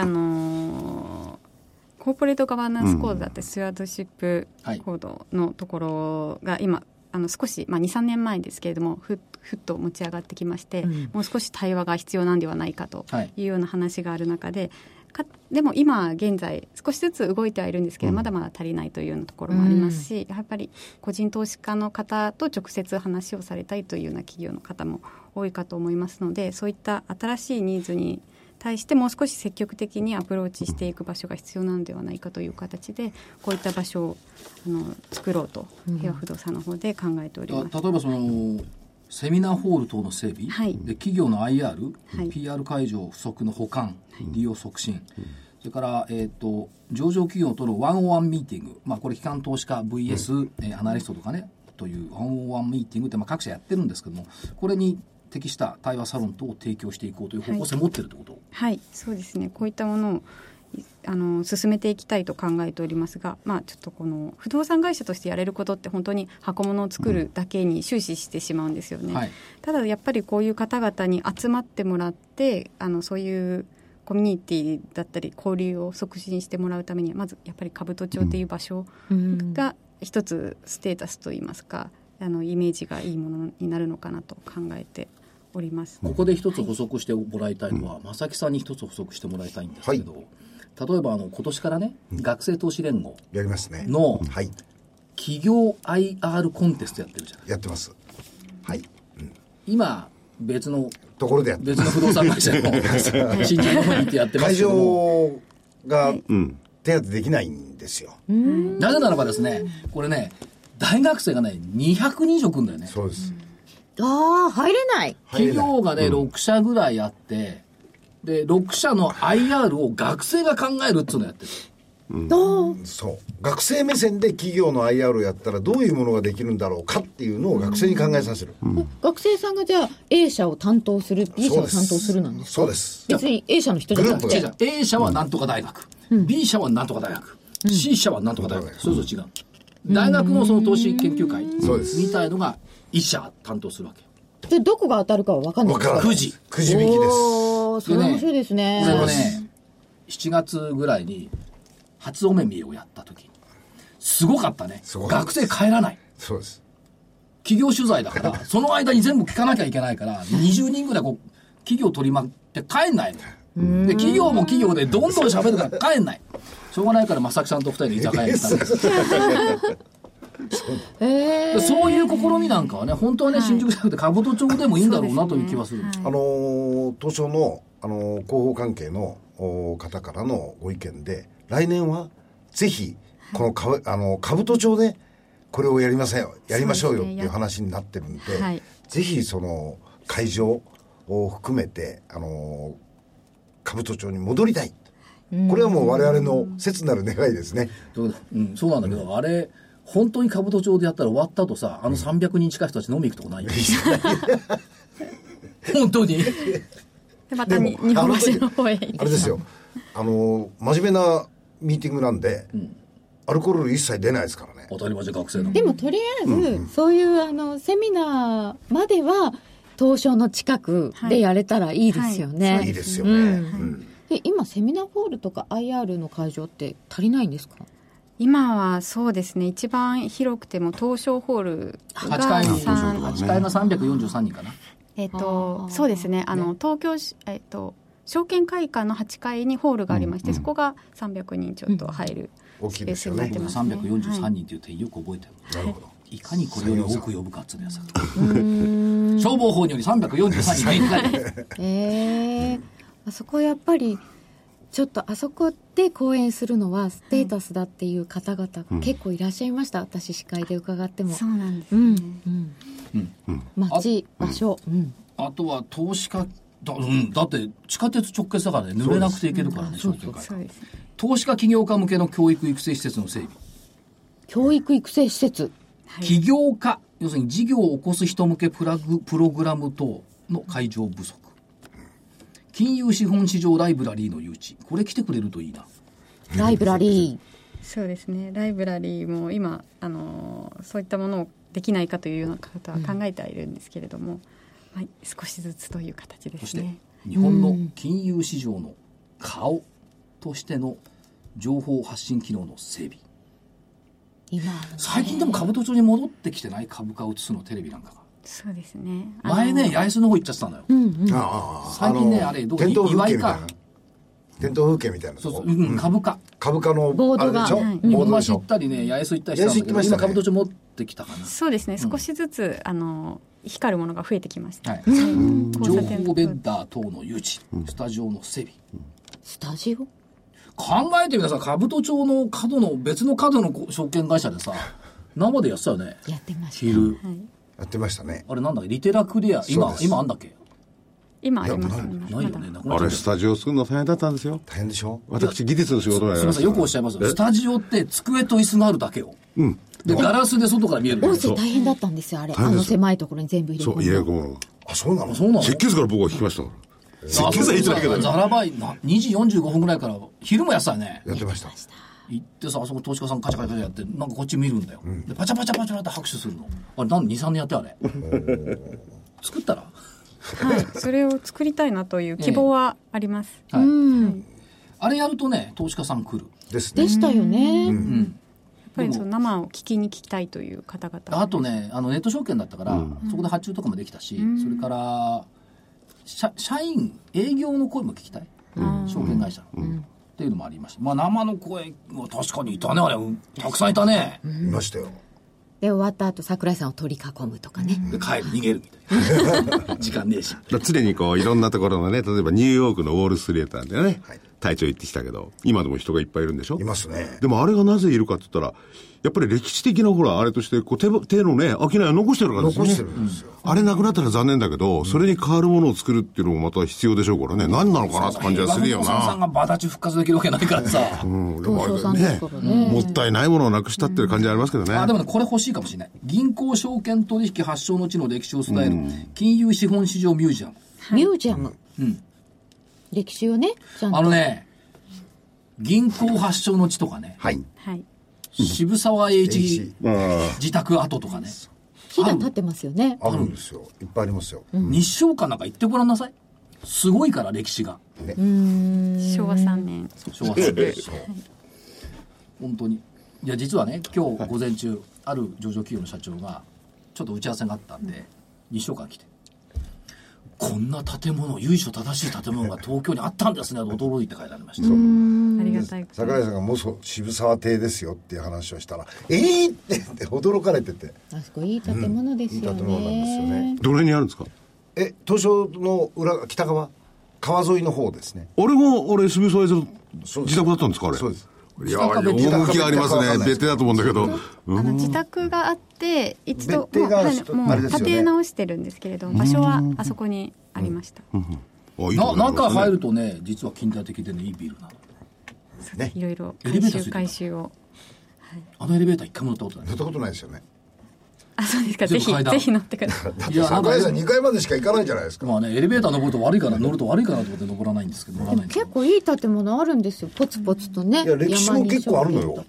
コーポレートガバナンスコードだって、スチュワードシップコードのところが今少し、2、3年前ですけれどもふっと持ち上がってきまして、もう少し対話が必要なんではないかというような話がある中で、でも今現在少しずつ動いてはいるんですけど、まだまだ足りないというようなところもありますし、やっぱり個人投資家の方と直接話をされたいというような企業の方も多いかと思いますので、そういった新しいニーズに対してもう少し積極的にアプローチしていく場所が必要なのではないかという形で、こういった場所を作ろうと平和不動産の方で考えております。 例えばそのセミナーホール等の整備、で企業の IR、PR 会場不足の補完、利用促進、それから、上場企業とのワンオンワンミーティング、これ機関投資家 VS、アナリストとかねというワンオンワンミーティングって各社やってるんですけども、これに適した対話サロン等を提供していこうという方向性を持っているということ、 はいそうですね。こういったものを進めていきたいと考えておりますが、ちょっとこの不動産会社としてやれることって本当に箱物を作るだけに終始してしまうんですよね、ただやっぱりこういう方々に集まってもらってそういうコミュニティだったり交流を促進してもらうためには、まずやっぱり兜町という場所が一つステータスといいますか、イメージがいいものになるのかなと考えております。 ここで一つ補足してもらいたいのは、正木さんに一つ補足してもらいたいんですけど、例えば今年からね、学生投資連合やりますねの企業 IR コンテストやってるじゃない。 やってます。 今別のところでやって別の不動産会社の新宿の方に行ってやってますけども、 会場が手当てできないんですよ。 なぜならばですね、これね大学生がね200人以上来るんだよね。 そうです。 入れない。 企業がね6社ぐらいあって、で6社の IR を学生が考えるっていうのをやってる。 そう学生目線で企業の IR をやったらどういうものができるんだろうかっていうのを学生に考えさせる、 学生さんがじゃあ A 社を担当する B 社を担当するなんですか。 そうです。 別に A 社の人じゃなくて A 社はなんとか大学、B 社はなんとか大学、C 社はなんとか大学、それぞれ違う。大学のその投資研究会みたいのが1社担当するわけ。 でどこが当たるかは分かんないですか。 くじ引きです。 それ面白いですね。 これもね7月ぐらいに初お目見えをやった時すごかったね。学生帰らない。 そうです。 企業取材だからその間に全部聞かなきゃいけないから20人ぐらい企業取り巻って帰んないので、企業も企業でどんどん喋るから帰んない。しょうがないから正木さんと2人で居酒屋に行ったんですそういう試みなんかはね本当はね、新宿じゃなくて兜町でもいいんだろうなという気はする。 東証の広報関係の方からのご意見で、来年はぜひこの兜町でこれをやりましょうよっていう話になってるんで、ぜひその会場を含めて兜町に戻りたい。これはもう我々の切なる願いですね。 そうなんだけど、あれ本当に兜町でやったら終わった後さ、300人近い人たち飲み行くとこないよ本当にでまた日本橋の方へ行ってあれですよ、真面目なミーティングなんで、アルコール一切出ないですからね。 当たり前じゃ学生の。 でもとりあえず、そういうセミナーまでは東証の近くでやれたらいいですよね。 いいですよね。 で今セミナーホールとか IR の会場って足りないんですか？ 今はそうですね、一番広くても東証ホールが 8階の343人かな。 そうですね、東京証券会館の8階にホールがありまして、そこが300人ちょっと入るスペースになってますね。 343人という点よく覚えてる。なるほど。いかにこれより多く呼ぶかっていうやつ。消防法により343人。 あそこやっぱりちょっとあそこで講演するのはステータスだっていう方々が結構いらっしゃいました、私司会で伺っても。 そうなんですね、 街場所、 あとは投資家だって地下鉄直結だからね、濡れなくていけるからね、証券会館。投資家起業家向けの教育育成施設の整備。 教育育成施設、 起業家、要するに事業を起こす人向けプログラム等の会場不足。金融資本市場ライブラリーの誘致、これ来てくれるといいな。 ライブラリー、 そうですね、ライブラリーも今そういったものをできないかというようなことは考えてはいるんですけれども、少しずつという形ですね。 そして日本の金融市場の顔としての情報発信機能の整備。最近でも株都庁に戻ってきてない？株価を映すのテレビなんかが。 そうですね、 前ね八重洲の方行っちゃってたのよ。最近ねあれどこ岩井か店頭風景みたいな。そう、 株価のボードが、 日本橋行ったりね、八重洲行ったりしたんだけど、今株都庁持ってきたかな。 そうですね、少しずつ光るものが増えてきました、 情報ベンダー等の誘致、スタジオの整備。 スタジオ考えてみなさい、株都庁の角の別の角の証券会社でさ、生でやってたよね。 やってました、 昼、 やってましたね。 あれなんだっけ、リテラクリア、今あんだっけ？ 今ありますね。 ないよね。 あれスタジオ作るの大変だったんですよ。 大変でしょ。 私技術の仕事をやります。 すみません、よくおっしゃいますよ。スタジオって机と椅子があるだけよ。でガラスで外から見える。 音声大変だったんですよ、あれ。狭いところに全部入れ込む。 そう、入れ込む。 あ、そうなの。 設計図から僕は聞きました。設計図は言ってないけど。 ザラバイ2時45分ぐらいから昼もやってたよね。 やってました。 行ってさ、あそこ投資家さんカチャカチャやってなんかこっち見るんだよ。でパチャパチャパチャって拍手するの。あれ何2、3年やってあれ。作ったら。 それを作りたいなという希望はあります。 あれやるとね、投資家さん来る。 でしたよね。 やっぱりその生を聞きに来たいという方々。 あとね、ネット証券だったから、そこで発注とかもできたし、それから社員営業の声も聞きたい。証券会社の。っていうのもありました。生の声は確かにいたね、あれたくさんいたね。 いましたよ。 で終わった後桜井さんを取り囲むとかね、 で帰る逃げるみたいな時間ねえし。 常にこういろんなところのね、例えばニューヨークのウォールストリートなんでね、隊長行ってきたけど、今でも人がいっぱいいるんでしょ。 いますね。 でもあれがなぜいるかって言ったら、やっぱり歴史的なほらあれとしてこう手のね商いを残してるからですよね。 残してるんですよ。 あれなくなったら残念だけど、それに代わるものを作るっていうのもまた必要でしょうからね。何なのかなって感じはするよな。 さんがバタチ復活できるわけないからさ。 東証さんですからね。 もったいないものをなくしたっていう感じありますけどね。 でもね、これ欲しいかもしれない。銀行証券取引発祥の地の歴史を伝える金融資本市場ミュージアム。 ミュージアム。歴史をね、 ちゃんと銀行発祥の地とかね。渋沢栄一自宅跡とかね。 木が立ってますよね。 あるんですよ。いっぱいありますよ。 日証館なんか行ってごらんなさい。すごいから歴史が。 昭和3年。 昭和3年。本当に。いや実はね、今日午前中ある上場企業の社長がちょっと打ち合わせがあったんで、日証館来て。こんな建物、由緒正しい建物が東京にあったんですねと驚いて書いてありました。 ありがたい。 桜井さんがもう渋沢邸ですよっていう話をしたら、って驚かれてて。 あそこいい建物ですよね。いい建物なんですよね。 どれにあるんですか？ 東証の裏北側、川沿いの方ですね。 俺渋沢栄一の自宅だったんですかあれ。 そうです。 いや趣がありますね。別邸だと思うんだけど、 自宅があって一度もう建て直してるんですけれども、場所はあそこにありました。 中入るとね、実は近代的でね、いいビルなの。 いろいろ改修を。 あのエレベーター一回も乗ったことない。 乗ったことないですよね。 あ、そうですか。ぜひ乗ってください。 だって桜井さん2階までしか行かないじゃないですか。 エレベーター乗ると悪いかなと思って登らないんですけど、 結構いい建物あるんですよ、ポツポツとね。 いや歴史も結構あるのよ。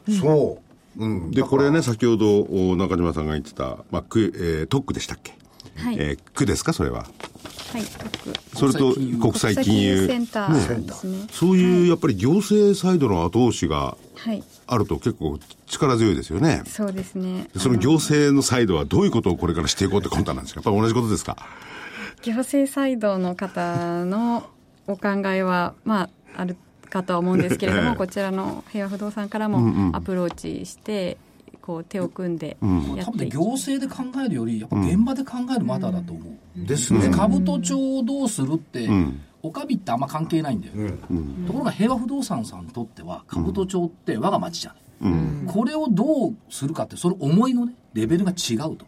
そう。 でこれね、先ほど中島さんが言ってた、特区でしたっけ、 区ですか、それは。 はい、 それと国際金融センターですね。 そういうやっぱり行政サイドの後押しがあると結構力強いですよね。 そうですね。 その行政のサイドはどういうことをこれからしていこうってことなんですか。やっぱり同じことですか。 行政サイドの方のお考えは、あるかとは思うんですけれども、こちらの平和不動産からもアプローチして、こう手を組んでやっていく。 多分行政で考えるよりやっぱ現場で考えるマターだと思う、 ですね。 兜町をどうするって、おかびってあんま関係ないんだよ、ところが平和不動産さんにとっては兜町って我が町じゃない、これをどうするかってその思いのねレベルが違うと、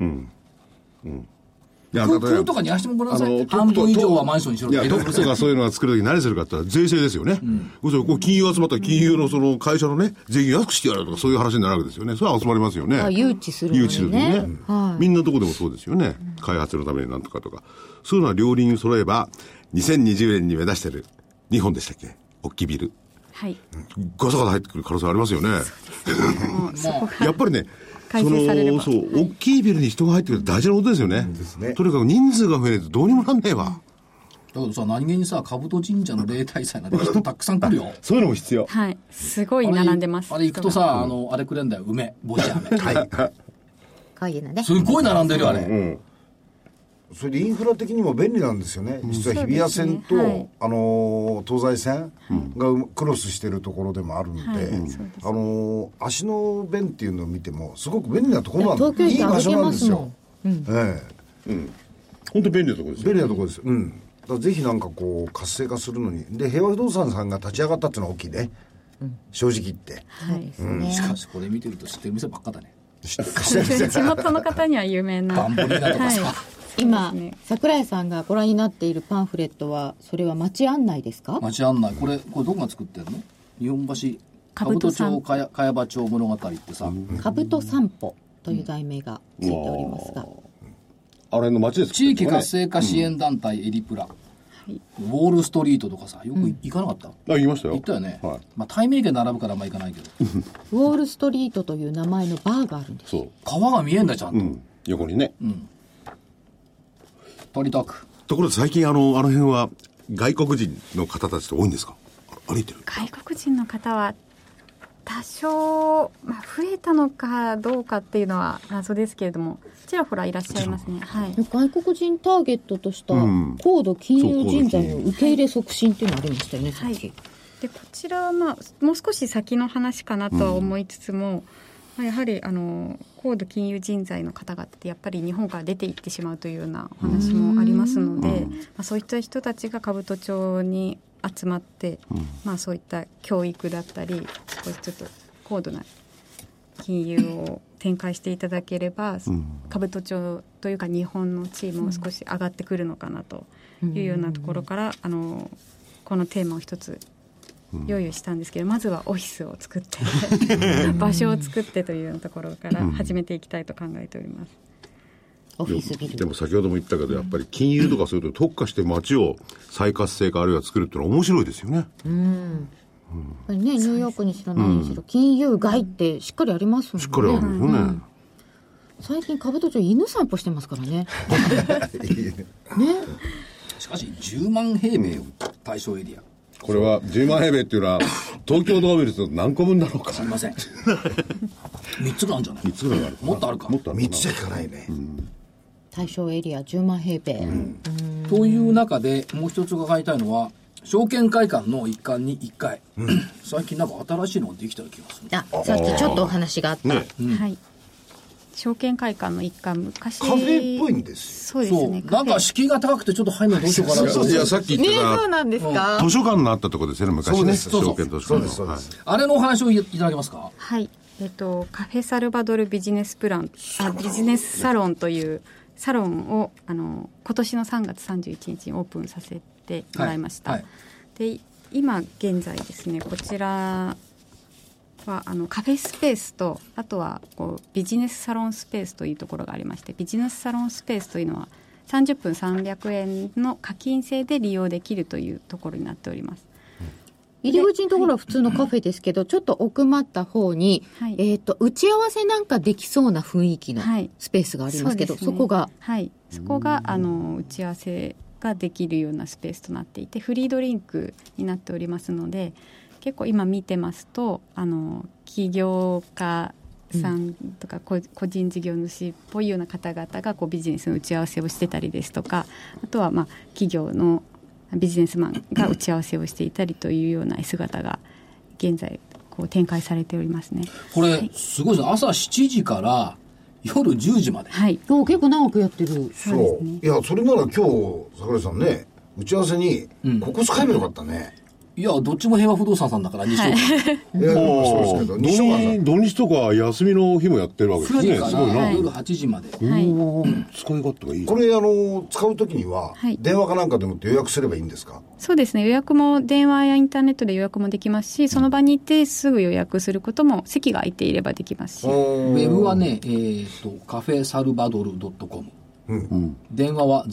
空とかにやらせてもらいなさい。半分以上はマンションにしろ。 いや、特とかそういうのは作るとき何するかって言ったら税制ですよね。こう金融集まったら金融のその会社のね、税金安くしてやるとかそういう話になるわけですよね。それは集まりますよね。 誘致するのにね。 誘致するのにね。みんなどこでもそうですよね。開発のためになんとかとか。そういうのは両輪揃えば、2020年に目指してる2本でしたっけ？大きいビル。 はい。 ガサガサ入ってくる可能性ありますよね。やっぱりね、 改正されればそう、大きいビルに人が入ってくるって大事なことですよね。とにかく人数が増えないとどうにもなんねえわ。 だけどさ、何気にさ、兜神社の例大祭なんて人たくさん来るよ。 そういうのも必要。 はい。すごい並んでます。 あれ行くとさ、あれくれんだよ、梅、帽子飴。はい。 こういうのね。 すごい並んでるよ、あれ。 それでインフラ的にも便利なんですよね。実は日比谷線と、東西線がクロスしてるところでもあるんで、足の便っていうのを見てもすごく便利なところなんです。いい場所なんですよ。 本当に便利なところですよ。 便利なところです。だからぜひなんかこう活性化するのに、で平和不動産さんが立ち上がったっていうのは大きいね。正直言って。 しかしこれ見てると知ってる店ばっかだね。 地元の方には有名な。 バンボリーナとかさ。 今、桜井さんがご覧になっているパンフレットは、それは街案内ですか？ 街案内。これどこが作ってるの？日本橋、兜町、茅場町物語ってさ。 兜散歩という題名がついておりますが。 あれの街ですか？ 地域活性化支援団体エリプラ。ウォールストリートとかさ、よく行かなかった？ 行きましたよ。 行ったよね。対名圏並ぶから行かないけど。 ウォールストリートという名前のバーがあるんです。 そう。 川が見えんだちゃんと。 横にね。 取りたく。 ところで最近あの辺は外国人の方たちって多いんですか？歩いてる。 外国人の方は多少、増えたのかどうかっていうのは謎ですけれども、ちらほらいらっしゃいますね。はい。 外国人ターゲットとした高度金融人材の受け入れ促進っていうのがありましたよね、さっき。 でこちらはもう少し先の話かなとは思いつつも、やはり高度金融人材の方々ってやっぱり日本から出ていってしまうというようなお話もありますので、そういった人たちが兜町に集まって、そういった教育だったり少しちょっと高度な金融を展開していただければ、兜町というか日本の地位も少し上がってくるのかなというようなところから、このテーマを一つ用意したんですけど、まずはオフィスを作って場所を作ってというようなところから始めていきたいと考えております。 オフィスビル。 でも先ほども言ったけど、やっぱり金融とかそういうと特化して街を再活性化あるいは作るっていうのは面白いですよね。 ニューヨークにしろ何にしろ、金融街ってしっかりありますもんね。 しっかりあるんですよね。 最近兜町犬散歩してますからね。 しかし10万平米を対象エリア。 これは10万平米っていうのは東京ドームにすると何個分だろうか。 すいません。3つがあるんじゃない？ 3つぐらいある。 もっとあるか。 もっとあるかな。 3つじゃいかないね。 対象エリア10万平米。 という中でもう一つ伺いたいのは、証券会館の一環に1回、最近なんか新しいのができた気がする。 さっきちょっとお話があった。 はい。証券会館の一環、昔カフェっぽいんですよ。そうですね。 なんか敷居が高くてちょっと入るのどうしようかなと。 いや、さっき言ってた、 そうなんですか。 図書館のあったところですよね、昔ね。証券図書館の。 あれのお話をいただけますか？ はい。カフェサルバドルビジネスプラン、ビジネスサロンというサロンを今年の3月31日にオープンさせてもらいました。で、今現在ですね、こちらはカフェスペースと、あとはビジネスサロンスペースというところがありまして、ビジネスサロンスペースというのは30分300円の課金制で利用できるというところになっております。 入り口のところは普通のカフェですけど、ちょっと奥まった方に、 はい打ち合わせなんかできそうな雰囲気のはいスペースがありますけど、 そうですねそこが。 はい、そこが打ち合わせができるようなスペースとなっていて、フリードリンクになっておりますので、結構今見てますと起業家さんとか個人事業主っぽいような方々がこうビジネスの打ち合わせをしてたりですとか、あとは企業のビジネスマンが打ち合わせをしていたりというような姿が現在こう展開されておりますね。 これすごいですね。朝7時から夜10時まで。 はい、 結構長くやってる。 そう。いや、それなら今日、桜井さんね、打ち合わせに、ここ使えばよかったね。 いや、どっちも平和不動産さんだから、西岡。 いや、そうですけど、西岡さん。 土日とか休みの日もやってるわけですね。 9時かすごいな。 ら夜8時まで。 はい使い勝手がいい。 これ、使うときにははい、 電話かなんかでもって予約すればいいんですか？ そうですね、予約も電話やインターネットで予約もできますし、その場に行ってすぐ予約することも、席が空いていればできますし、 ウェブはね、カフェサルバドル .com、電話は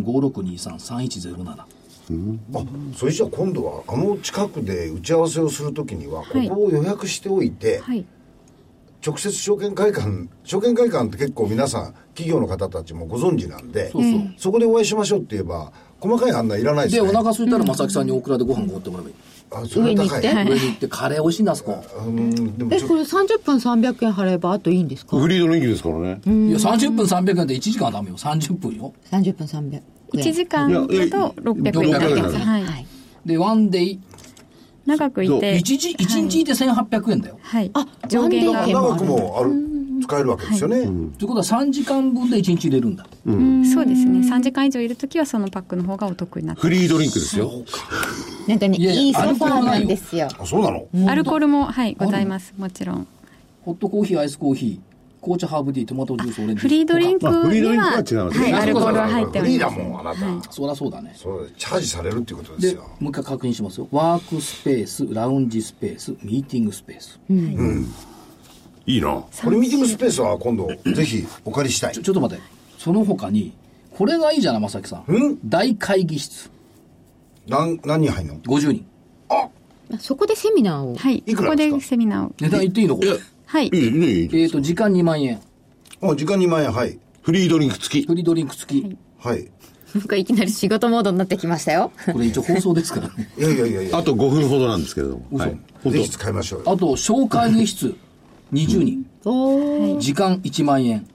0356233107。 それじゃあ今度は近くで打ち合わせをするときにはこはいこを予約しておいて、 はい直接証券会館って結構皆さん企業の方たちもご存知なんで、そこでお会いしましょうって言えば細かい案内いらないですで、 ね。 お腹空いたら正木さんに大倉でご飯おごってもらえばいい。 それは高い。 上に行上に行ってカレー美味しいんだ、あそこ。 でもこれ30分300円払えばあといいんですか？ フリードリンクですからね。 いや、30分300円で1時間はダメよ。30分よ。 30分300円。 1時間だと600円いただけます。はい、 で、ワンデイ、 長くいて、 一日いて1800円だよ。 はい、 上限が長くも使えるわけですよね。 ということは3時間分で1日入れるんだ。 そうですね、3時間以上いるときはそのパックの方がお得になってフリードリンクですよ。 なんかね、 いやいやいいソファーなんですよ。 あ、そうなの？ アルコールも、はい、ございます。もちろんホットコーヒー、アイスコーヒー、紅茶、ハーブティー、トマトジュース、オレンジ。 フリードリンクフリードリンクはには、 違うんですねはい、アルコールは入っておフリーだります。 もんあなた。 そりゃそうだね。 そうチャージされるっていうことでですよ。 もう一回確認しますよ。ワークスペース、ラウンジスペース、ミーティングスペース。 いいな。 これミーティングスペースは今度ぜひお借りしたい。 ちょっと待って。その他に、これがいいじゃない、正木さん。大会議室。 何人入んの 50人。 そこでセミナーを。 はい、 いくらですかここでセミナーを。 値段言っていいのこれ。 はい、 いいね、いいね。 時間2万円。 時間2万円、はい。 フリードリンク付き。 フリードリンク付き。 はい。 なんかいきなり仕事モードになってきましたよ。 これ一応放送ですからね。 いやいやいやいや。 あと5分ほどなんですけれども。はい。本ぜひ使いましょうよ。 あと、小会議室20人。時間1万円。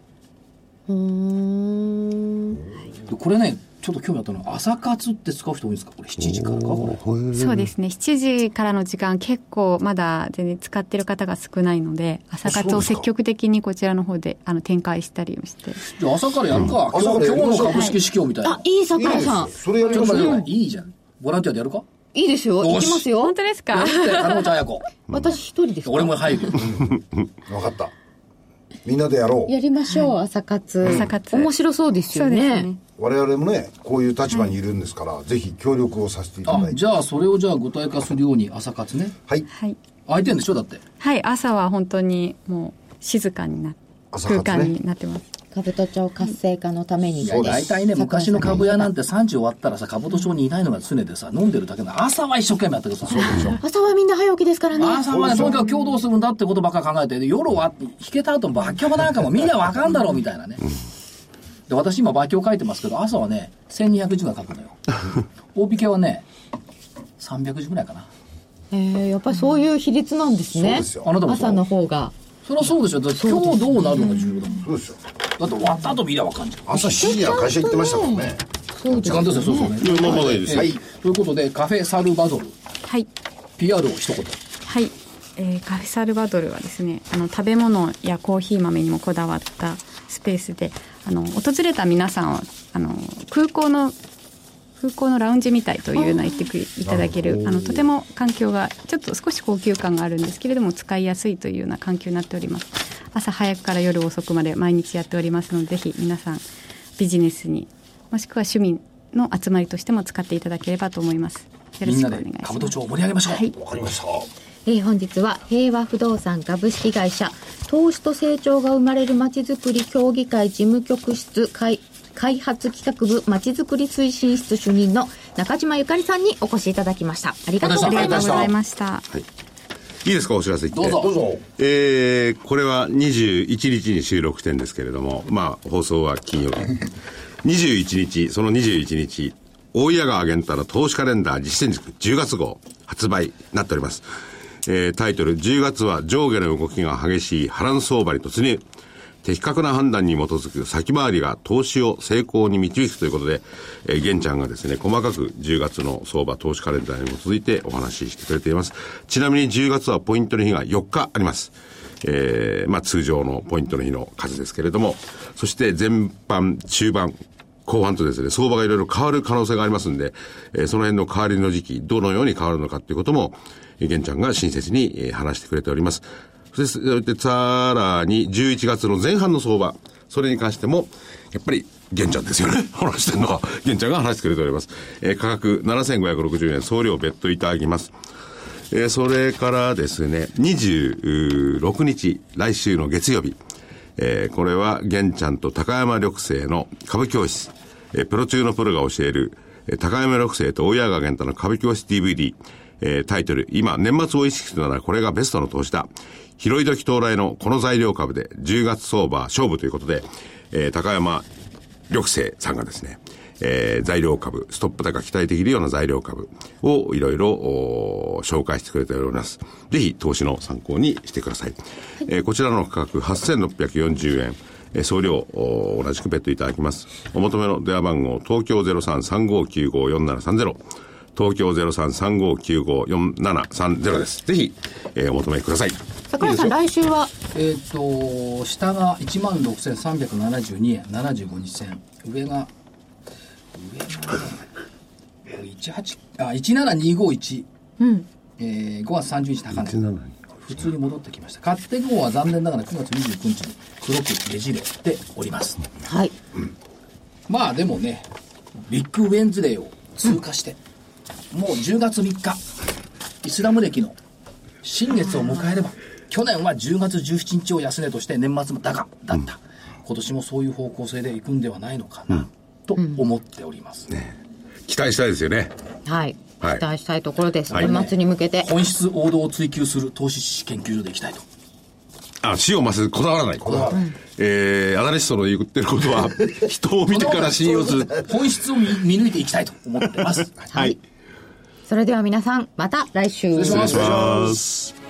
でこれね、ちょっと興味あったのは、朝活って使う人多いんですか？これ7時からかこれ。 そうですね、7時からの時間結構まだ全然使ってる方が少ないので、朝活を積極的にこちらの方で展開したりをして。 じゃあ朝からやるか。 朝からやり今日ましょうの株式市況みたいな。 いい桜井さん。 それやりちょっとましょうよ。 待って、いいじゃん。ボランティアでやるか？ いいですよ。行きますよ本。当ですか？ 金持彩子。 私一人ですか？ 俺も入るよ。 分かった。みんなでやろう。 やりましょう、朝活。 朝活面白そうですよそうですねね。。 我々もね、こういう立場にいるんですから、ぜひ協力をさせていただいて。 じゃあそれをじゃあ具体化するように朝活ね。 はい。 はい、 空いてんでしょだって。 はい、朝は本当にもう静かにな朝活ね空間になってます。 兜町活性化のために。 いや大体ね、昔の株屋なんて3時終わったらさ、兜町にいないのが常でさ、飲んでるだけな朝は一生懸命やったけどさ。そうでしょ。 朝はみんな早起きですからね。 朝はね、とにかく共同するんだってことばっか考えて、で夜は弾けた後の馬鏡なんかもみんなわかんだろうみたいなね。で、私今馬鏡書いてますけど、朝はね、1200字ぐらい書くのよ。大引けはね、300字ぐらいかな。 やっぱりそういう比率なんですね。 そうですよあなたもそう朝の方が。 そりゃそうでしょ。だって今日どうなるのが重要だもん。 そうですよ。 だって終わった後見りゃわかんじゃん。 朝7時には会社行ってましたからね。 時間ですよ、そうそうね。 いやまだいいですよ。 ということで、カフェサルバドル、 はい、 PR を一言。 はい、カフェサルバドルはですね、食べ物やコーヒー豆にもこだわったスペースで、訪れた皆さんを空港のラウンジみたいというのを言っていただけるとても環境がちょっと少し高級感があるんですけれども使いやすいというような環境になっております。朝早くから夜遅くまで毎日やっておりますので、ぜひ皆さんビジネスにもしくは趣味の集まりとしても使っていただければと思います。よろみんなしくお願いしま。 です兜町を盛り上げましょう。 はい、 わかりました。 本日は平和不動産株式会社投資と成長が生まれるまちづくり協議会事務局室開発企画部まちづくり推進室主任の中島ゆかりさんにお越しいただきました。ありがとうございました。 はい、いいですか、お知らせ言って。 どうぞ。 これは21日に収録してるんですけれども、まあ放送は金曜日21日、その21日、大谷川源太の投資カレンダー実践塾10月号発売になっております。タイトル、10月は上下の動きが激しい波乱相場に突入。的確な判断に基づく先回りが投資を成功に導くということで、玄ちゃんがですね、細かく10月の相場投資カレンダーに基づいてお話ししてくれています。ちなみに10月はポイントの日が4日あります。まあ通常のポイントの日の数ですけれども、そして前半、中盤、後半とですね、相場がいろいろ変わる可能性がありますんで、その辺の変わりの時期、どのように変わるのかということも、玄ちゃんが親切に話してくれております。そしてさらに11月の前半の相場、それに関してもやっぱり玄ちゃんですよね。話してるのは玄ちゃんが話してくれております。価格7560円、送料別途いただきます。それからですね、26日、来週の月曜日、これは玄ちゃんと高山緑星の株教室、プロ中のプロが教える高山緑星と大谷川源太の株教室 DVD、タイトル、今年末を意識するならこれがベストの投資だ。拾い時到来のこの材料株で10月相場勝負ということで、高山緑星さんがですね、材料株、ストップ高期待できるような材料株をいろいろ紹介してくれております。ぜひ投資の参考にしてください。こちらの価格8640円。送料同じく別途いただきます。お求めの電話番号、東京 0335954730。東京 0335954730 です。ぜひ、お求めください。 桜井さん、来週は下が 16,372 円75日線、上が17251、5月30日高値、普通に戻ってきました。買って号は残念ながら9月29日に黒くねじれております。 はい、 まあでもね、ビッグウェンズデーを通過して、もう10月3日イスラム暦の新月を迎えれば、去年は10月17日を安値として年末も高だった、今年もそういう方向性でいくんではないのかな、と思っております、 期待したいですよね。 はい、期待したいところです、年末に向けて本質王道を追求する投資知識研究所でいきたいと。 死を増せこだわらない。アナリストの言ってることは人を見てから信用する本質を見抜いていきたいと思ってます。 はい、それでは皆さんまた来週。 失礼します。